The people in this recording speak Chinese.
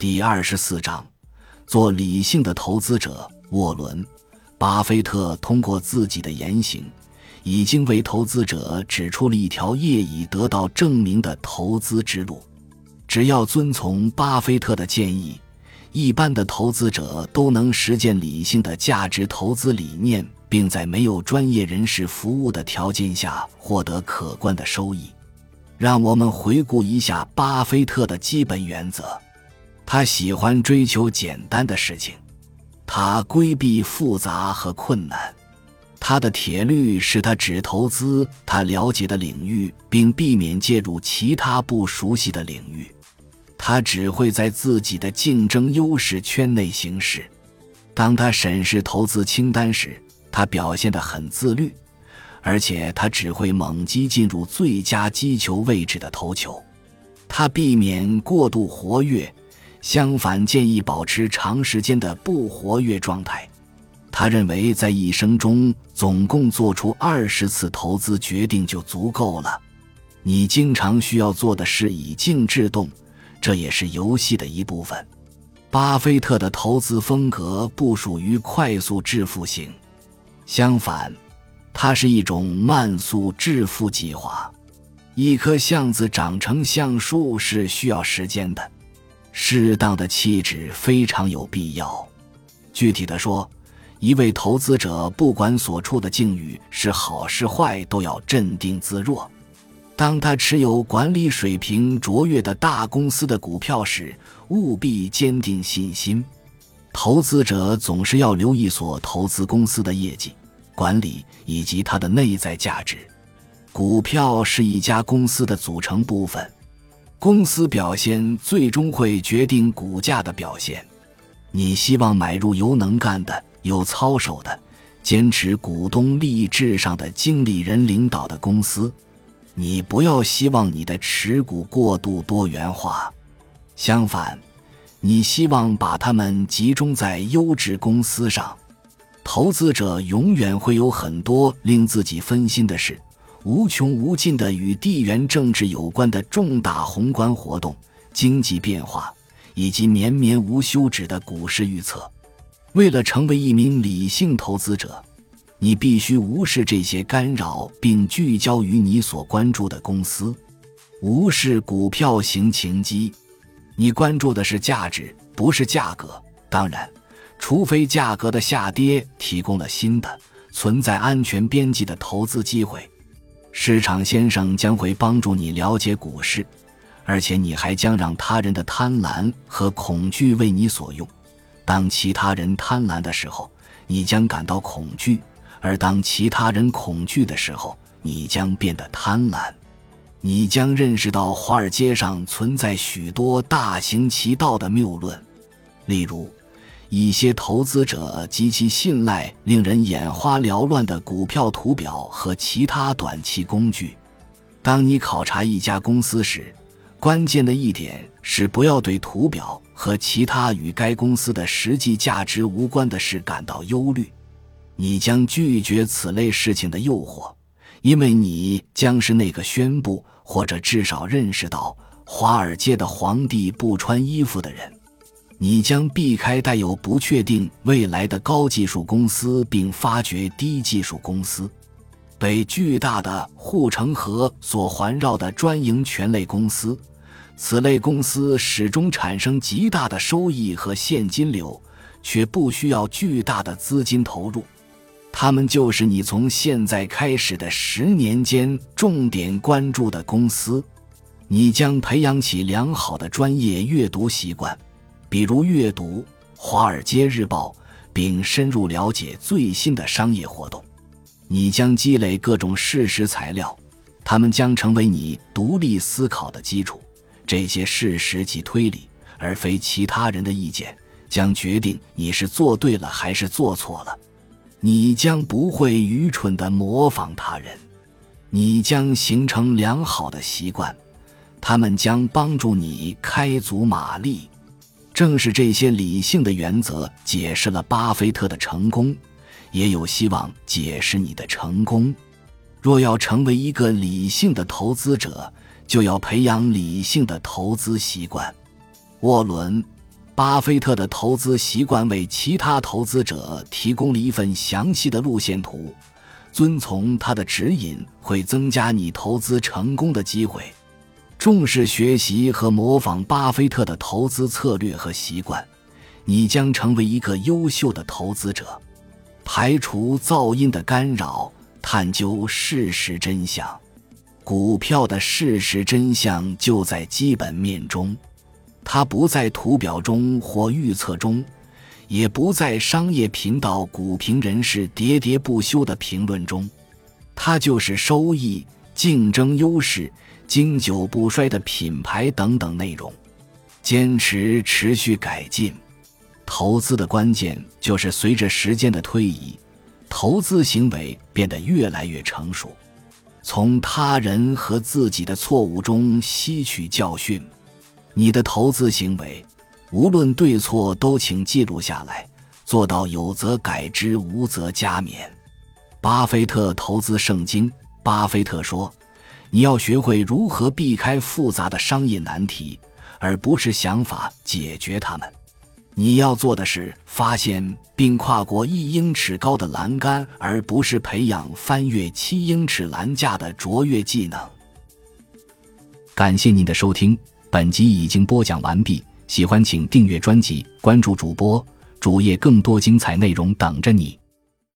第24章，做理性的投资者。沃伦·巴菲特通过自己的言行，已经为投资者指出了一条业已得到证明的投资之路。只要遵从巴菲特的建议，一般的投资者都能实践理性的价值投资理念，并在没有专业人士服务的条件下获得可观的收益。让我们回顾一下巴菲特的基本原则。他喜欢追求简单的事情，他规避复杂和困难。他的铁律是他只投资他了解的领域，并避免介入其他不熟悉的领域。他只会在自己的竞争优势圈内行事。当他审视投资清单时，他表现得很自律，而且他只会猛击进入最佳击球位置的投球。他避免过度活跃，相反建议保持长时间的不活跃状态。他认为在一生中总共做出20次投资决定就足够了。你经常需要做的是以静制动，这也是游戏的一部分。巴菲特的投资风格不属于快速致富型，相反，它是一种慢速致富计划。一棵橡子长成橡树是需要时间的，适当的气质非常有必要。具体的说，一位投资者不管所处的境遇是好是坏，都要镇定自若。当他持有管理水平卓越的大公司的股票时，务必坚定信心。投资者总是要留意所投资公司的业绩、管理以及它的内在价值。股票是一家公司的组成部分，公司表现最终会决定股价的表现。你希望买入有能干的、有操守的、坚持股东利益至上的经理人领导的公司，你不要希望你的持股过度多元化。相反，你希望把它们集中在优质公司上。投资者永远会有很多令自己分心的事，无穷无尽的与地缘政治有关的重大宏观活动、经济变化，以及绵绵无休止的股市预测。为了成为一名理性投资者，你必须无视这些干扰，并聚焦于你所关注的公司。无视股票型情机，你关注的是价值，不是价格。当然，除非价格的下跌提供了新的、存在安全边际的投资机会，市场先生将会帮助你了解股市，而且你还将让他人的贪婪和恐惧为你所用。当其他人贪婪的时候，你将感到恐惧，而当其他人恐惧的时候，你将变得贪婪。你将认识到华尔街上存在许多大行其道的谬论，例如一些投资者极其信赖令人眼花缭乱的股票图表和其他短期工具。当你考察一家公司时，关键的一点是不要对图表和其他与该公司的实际价值无关的事感到忧虑。你将拒绝此类事情的诱惑，因为你将是那个宣布或者至少认识到华尔街的皇帝不穿衣服的人。你将避开带有不确定未来的高技术公司，并发掘低技术公司。被巨大的护城河所环绕的专营权类公司，此类公司始终产生极大的收益和现金流，却不需要巨大的资金投入。它们就是你从现在开始的10年间重点关注的公司。你将培养起良好的专业阅读习惯，比如阅读《华尔街日报》，并深入了解最新的商业活动。你将积累各种事实材料，它们将成为你独立思考的基础。这些事实及推理，而非其他人的意见，将决定你是做对了还是做错了。你将不会愚蠢地模仿他人，你将形成良好的习惯，它们将帮助你开足马力。正是这些理性的原则解释了巴菲特的成功，也有希望解释你的成功。若要成为一个理性的投资者，就要培养理性的投资习惯。沃伦· 巴菲特的投资习惯为其他投资者提供了一份详细的路线图，遵从他的指引会增加你投资成功的机会。重视学习和模仿巴菲特的投资策略和习惯，你将成为一个优秀的投资者。排除噪音的干扰，探究事实真相。股票的事实真相就在基本面中，它不在图表中或预测中，也不在商业频道股评人士喋喋不休的评论中，它就是收益、竞争优势、经久不衰的品牌等等内容。坚持持续改进。投资的关键就是随着时间的推移，投资行为变得越来越成熟。从他人和自己的错误中吸取教训。你的投资行为，无论对错都请记录下来，做到有则改之，无则加勉。巴菲特投资圣经。巴菲特说，你要学会如何避开复杂的商业难题，而不是想法解决它们。你要做的是发现并跨过1英尺高的栏杆，而不是培养翻越7英尺栏架的卓越技能。感谢您的收听，本集已经播讲完毕，喜欢请订阅专辑，关注主播，主页更多精彩内容等着你。